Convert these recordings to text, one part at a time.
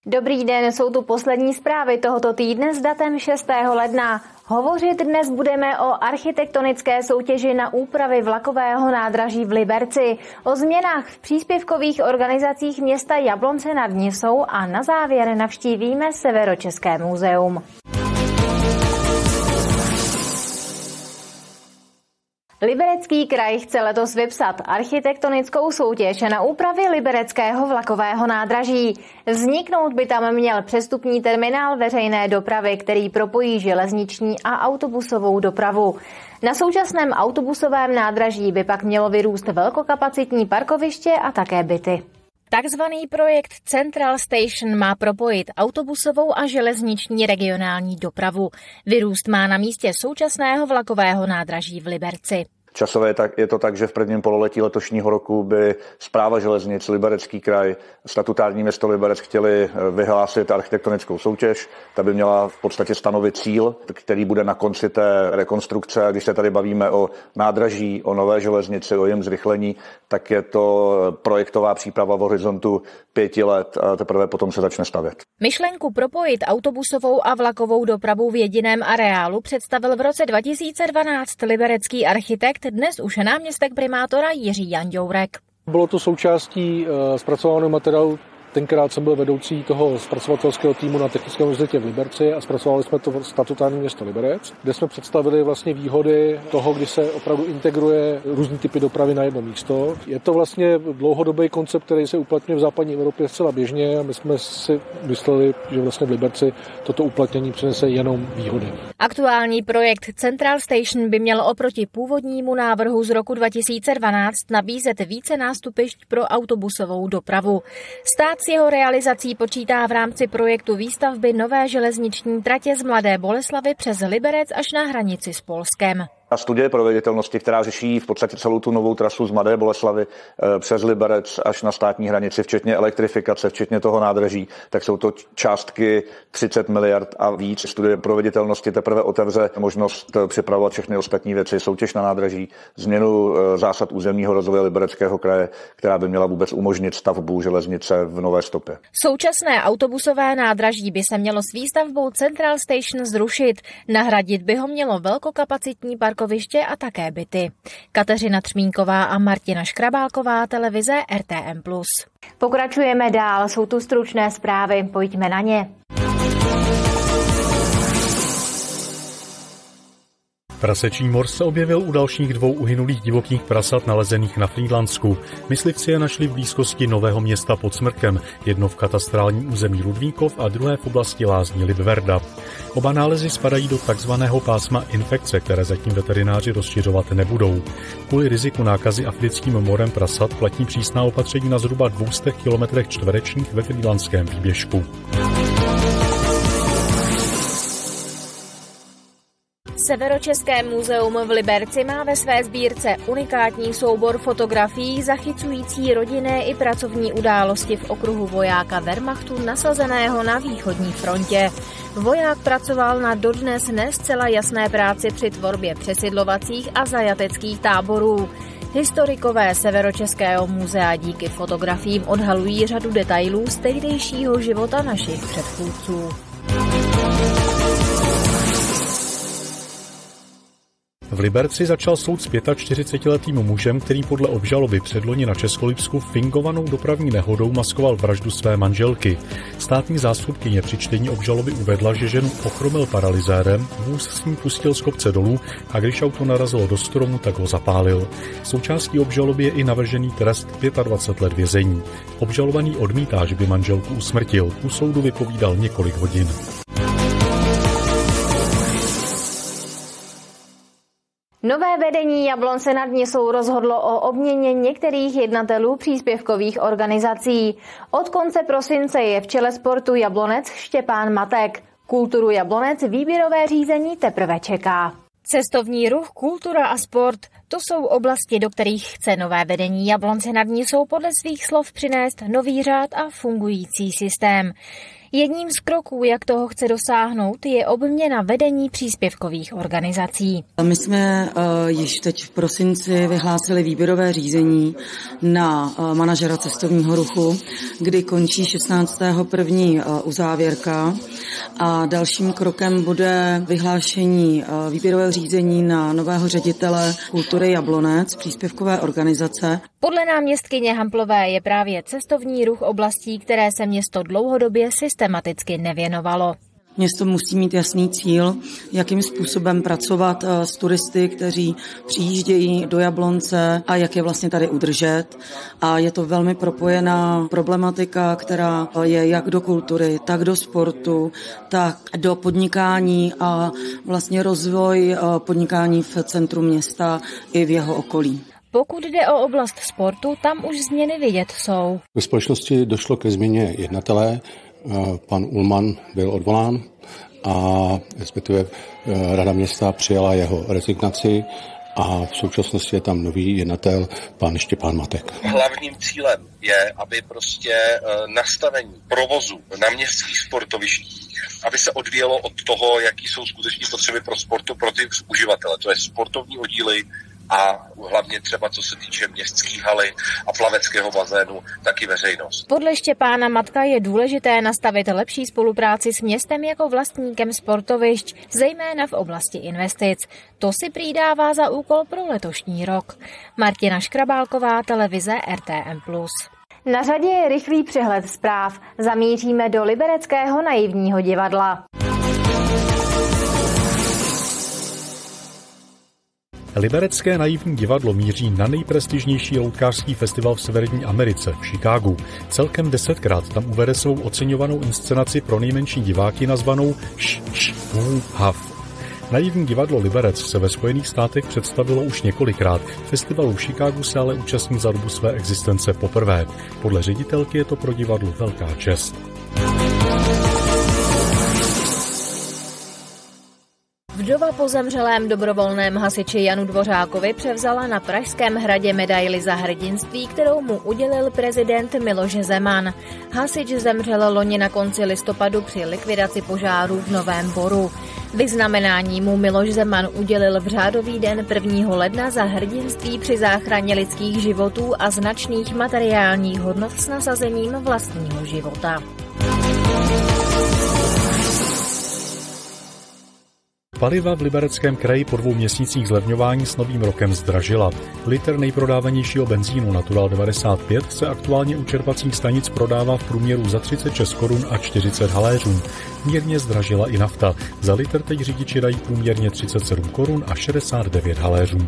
Dobrý den, jsou tu poslední zprávy tohoto týdne s datem 6. ledna. Hovořit dnes budeme o architektonické soutěži na úpravy vlakového nádraží v Liberci, o změnách v příspěvkových organizacích města Jablonce nad Nisou a na závěr navštívíme Severočeské muzeum. Liberecký kraj chce letos vypsat architektonickou soutěž na úpravy libereckého vlakového nádraží. Vzniknout by tam měl přestupní terminál veřejné dopravy, který propojí železniční a autobusovou dopravu. Na současném autobusovém nádraží by pak mělo vyrůst velkokapacitní parkoviště a také byty. Takzvaný projekt Central Station má propojit autobusovou a železniční regionální dopravu. Vyrůst má na místě současného vlakového nádraží v Liberci. Časově je to tak, že v prvním pololetí letošního roku by Správa železnic, Liberecký kraj, statutární město Liberec chtěli vyhlásit architektonickou soutěž. Ta by měla v podstatě stanovit cíl, který bude na konci té rekonstrukce. A když se tady bavíme o nádraží, o nové železnici, o jejím zrychlení, tak je to projektová příprava v horizontu 5 let a teprve potom se začne stavět. Myšlenku propojit autobusovou a vlakovou dopravu v jediném areálu představil v roce 2012 liberecký architekt, dnes už náměstek primátora Jiří Janďourek. Bylo to součástí zpracovaného materiálu. Tenkrát jsem byl vedoucí toho zpracovatelského týmu na Technickém univerzitě v Liberci a zpracovali jsme to v statutárním město Liberec, kde jsme představili vlastně výhody toho, kdy se opravdu integruje různý typy dopravy na jedno místo. Je to vlastně dlouhodobý koncept, který se uplatňuje v západní Evropě zcela běžně a my jsme si mysleli, že vlastně v Liberci toto uplatnění přinese jenom výhody. Aktuální projekt Central Station by měl oproti původnímu návrhu z roku 2012 nabízet více nástupišť pro autobusovou dopravu. Stát s jeho realizací počítá v rámci projektu výstavby nové železniční tratě z Mladé Boleslavi přes Liberec až na hranici s Polskem. A studie proveditelnosti, která řeší v podstatě celou tu novou trasu z Mladé Boleslavy přes Liberec až na státní hranici, včetně elektrifikace, včetně toho nádraží, tak jsou to částky 30 miliard a víc. Studie proveditelnosti teprve otevře možnost připravovat všechny ostatní věci, soutěž na nádraží, změnu zásad územního rozvoje Libereckého kraje, která by měla vůbec umožnit stavbu železnice v nové stopě. Současné autobusové nádraží by se mělo s výstavbou Central Station zrušit. Nahradit by ho mělo velkokapacitní parkoviště a také byty. Kateřina Třmínková a Martina Škrabálková, televize RTM+. Pokračujeme dál, jsou tu stručné zprávy, pojďme na ně. Prasečí mor se objevil u dalších 2 uhynulých divokých prasat nalezených na Frýdlansku. Myslivci je našli v blízkosti Nového Města pod Smrkem, jedno v katastrálním území Ludvíkov a druhé v oblasti lázní Libverda. Oba nálezy spadají do takzvaného pásma infekce, které zatím veterináři rozšiřovat nebudou. Kvůli riziku nákazy africkým morem prasat platí přísná opatření na zhruba 200 km čtverečních ve Frýdlanském výběžku. Severočeské muzeum v Liberci má ve své sbírce unikátní soubor fotografií zachycující rodinné i pracovní události v okruhu vojáka Wehrmachtu nasazeného na východní frontě. Voják pracoval na dodnes ne zcela jasné práci při tvorbě přesidlovacích a zajateckých táborů. Historikové Severočeského muzea díky fotografiím odhalují řadu detailů z tehdejšího života našich předchůdců. V Liberci začal soud s 45letým mužem, který podle obžaloby předloni na Českolipsku fingovanou dopravní nehodou maskoval vraždu své manželky. Státní zástupkyně při čtení obžaloby uvedla, že ženu ochromil paralyzérem, vůz s ním pustil z kopce dolů a když auto narazilo do stromu, tak ho zapálil. Součástí obžaloby je i navržený trest 25 let vězení. Obžalovaný odmítá, že by manželku usmrtil. U soudu vypovídal několik hodin. Nové vedení Jablonce nad Nisou rozhodlo o obměně některých jednatelů příspěvkových organizací. Od konce prosince je v čele sportu Jablonec Štěpán Matek. Kulturu Jablonec výběrové řízení teprve čeká. Cestovní ruch, kultura a sport. To jsou oblasti, do kterých chce nové vedení Jablonce nad Nisou podle svých slov přinést nový řád a fungující systém. Jedním z kroků, jak toho chce dosáhnout, je obměna vedení příspěvkových organizací. My jsme již teď v prosinci vyhlásili výběrové řízení na manažera cestovního ruchu, kdy končí 16.1. uzávěrka a dalším krokem bude vyhlášení výběrového řízení na nového ředitele kultury Jablonec, příspěvkové organizace. Podle náměstkyně Hamplové je právě cestovní ruch oblastí, které se město dlouhodobě systematicky nevěnovalo. Město musí mít jasný cíl, jakým způsobem pracovat s turisty, kteří přijíždějí do Jablonce a jak je vlastně tady udržet. A je to velmi propojená problematika, která je jak do kultury, tak do sportu, tak do podnikání a vlastně rozvoj podnikání v centru města i v jeho okolí. Pokud jde o oblast sportu, tam už změny vidět jsou. Ve společnosti došlo ke změně jednatele. Pan Ullman byl odvolán a respektive Rada města přijala jeho rezignaci a v současnosti je tam nový jednatel, pan Štěpán Matek. Hlavním cílem je, aby prostě nastavení provozu na městských sportovištích, aby se odvíjelo od toho, jaký jsou skutečné potřeby pro sportu, pro ty uživatele. To je sportovní oddíly, a hlavně třeba co se týče městských haly a plaveckého bazénu, tak i veřejnost. Podle Štěpána Matka je důležité nastavit lepší spolupráci s městem jako vlastníkem sportovišť, zejména v oblasti investic. To si prý dává za úkol pro letošní rok. Martina Škrabálková, televize RTM+. Na řadě je rychlý přehled zpráv. Zamíříme do libereckého naivního divadla. Liberecké naivní divadlo míří na nejprestižnější loutkářský festival v Severní Americe, v Chicagu. Celkem 10krát tam uvede svou oceňovanou inscenaci pro nejmenší diváky nazvanou Hav. Naivní divadlo Liberec se ve Spojených státech představilo už několikrát. Festivalu v Chicagu se ale účastní za dobu své existence poprvé. Podle ředitelky je to pro divadlo velká čest. Vdova po zemřelém dobrovolném hasiči Janu Dvořákovi převzala na Pražském hradě medaili za hrdinství, kterou mu udělil prezident Miloš Zeman. Hasič zemřel loni na konci listopadu při likvidaci požáru v Novém Boru. Vyznamenání mu Miloš Zeman udělil v řádový den 1. ledna za hrdinství při záchraně lidských životů a značných materiálních hodnot s nasazením vlastního života. Paliva v Libereckém kraji po 2 měsících zlevňování s novým rokem zdražila. Litr nejprodávanějšího benzínu Natural 95 se aktuálně u čerpacích stanic prodává v průměru za 36 korun a 40 haléřů. Mírně zdražila i nafta. Za litr teď řidiči dají průměrně 37 korun a 69 haléřů.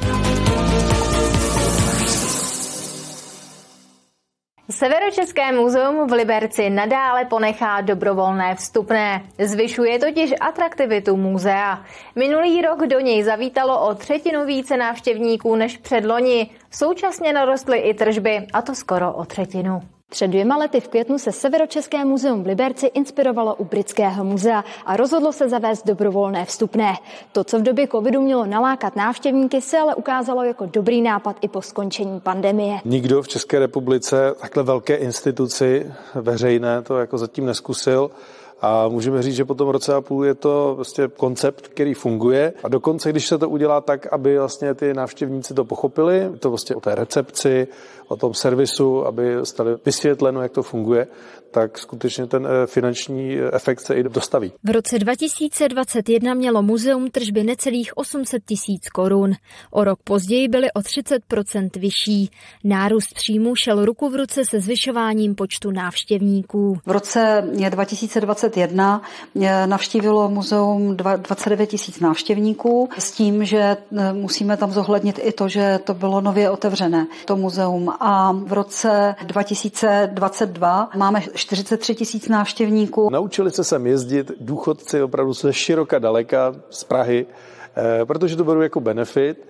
Severočeské muzeum v Liberci nadále ponechá dobrovolné vstupné. Zvyšuje totiž atraktivitu muzea. Minulý rok do něj zavítalo o 1/3 více návštěvníků než předloni. Současně narostly i tržby, a to skoro o 1/3. Před 2 lety v květnu se Severočeské muzeum v Liberci inspirovalo u Britského muzea a rozhodlo se zavést dobrovolné vstupné. To, co v době covidu mělo nalákat návštěvníky, se ale ukázalo jako dobrý nápad i po skončení pandemie. Nikdo v České republice takhle velké instituci veřejné to jako zatím neskusil. A můžeme říct, že po tom roce a půl je to vlastně koncept, který funguje. A dokonce, když se to udělá tak, aby vlastně ty návštěvníci to pochopili, to vlastně o té recepci, o tom servisu, aby stali vysvětleno, jak to funguje, tak skutečně ten finanční efekt se i dostaví. V roce 2021 mělo muzeum tržby necelých 800 000 korun. O rok později byly o 30% vyšší. Nárůst příjmů šel ruku v ruce se zvyšováním počtu návštěvníků. V roce 2021 navštívilo muzeum 29 000 návštěvníků s tím, že musíme tam zohlednit i to, že to bylo nově otevřené, to muzeum. A v roce 2022 máme 43 000 návštěvníků. Naučili se sem jezdit důchodci opravdu ze široka daleka z Prahy, protože to beru jako benefit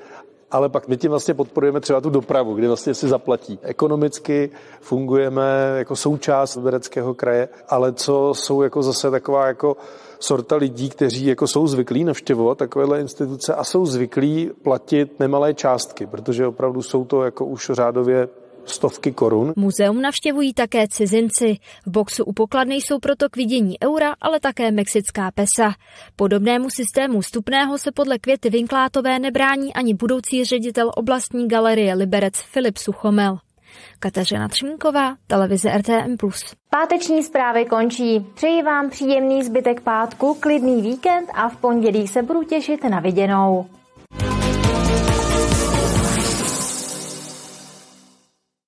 ale pak my tím vlastně podporujeme třeba tu dopravu, kdy vlastně si zaplatí. Ekonomicky fungujeme jako součást Libereckého kraje, ale co jsou jako zase taková jako sorta lidí, kteří jako jsou zvyklí navštěvovat takovéhle instituce a jsou zvyklí platit nemalé částky, protože opravdu jsou to jako už řádově stovky korun. Muzeum navštěvují také cizinci. V boxu u pokladny jsou proto k vidění eura, ale také mexická pesa. Podobnému systému vstupného se podle Květy Vinklátové nebrání ani budoucí ředitel oblastní galerie Liberec Filip Suchomel. Kateřina Třmínková, televize RTM+. Páteční zprávy končí. Přeji vám příjemný zbytek pátku, klidný víkend a v pondělí se budu těšit na viděnou.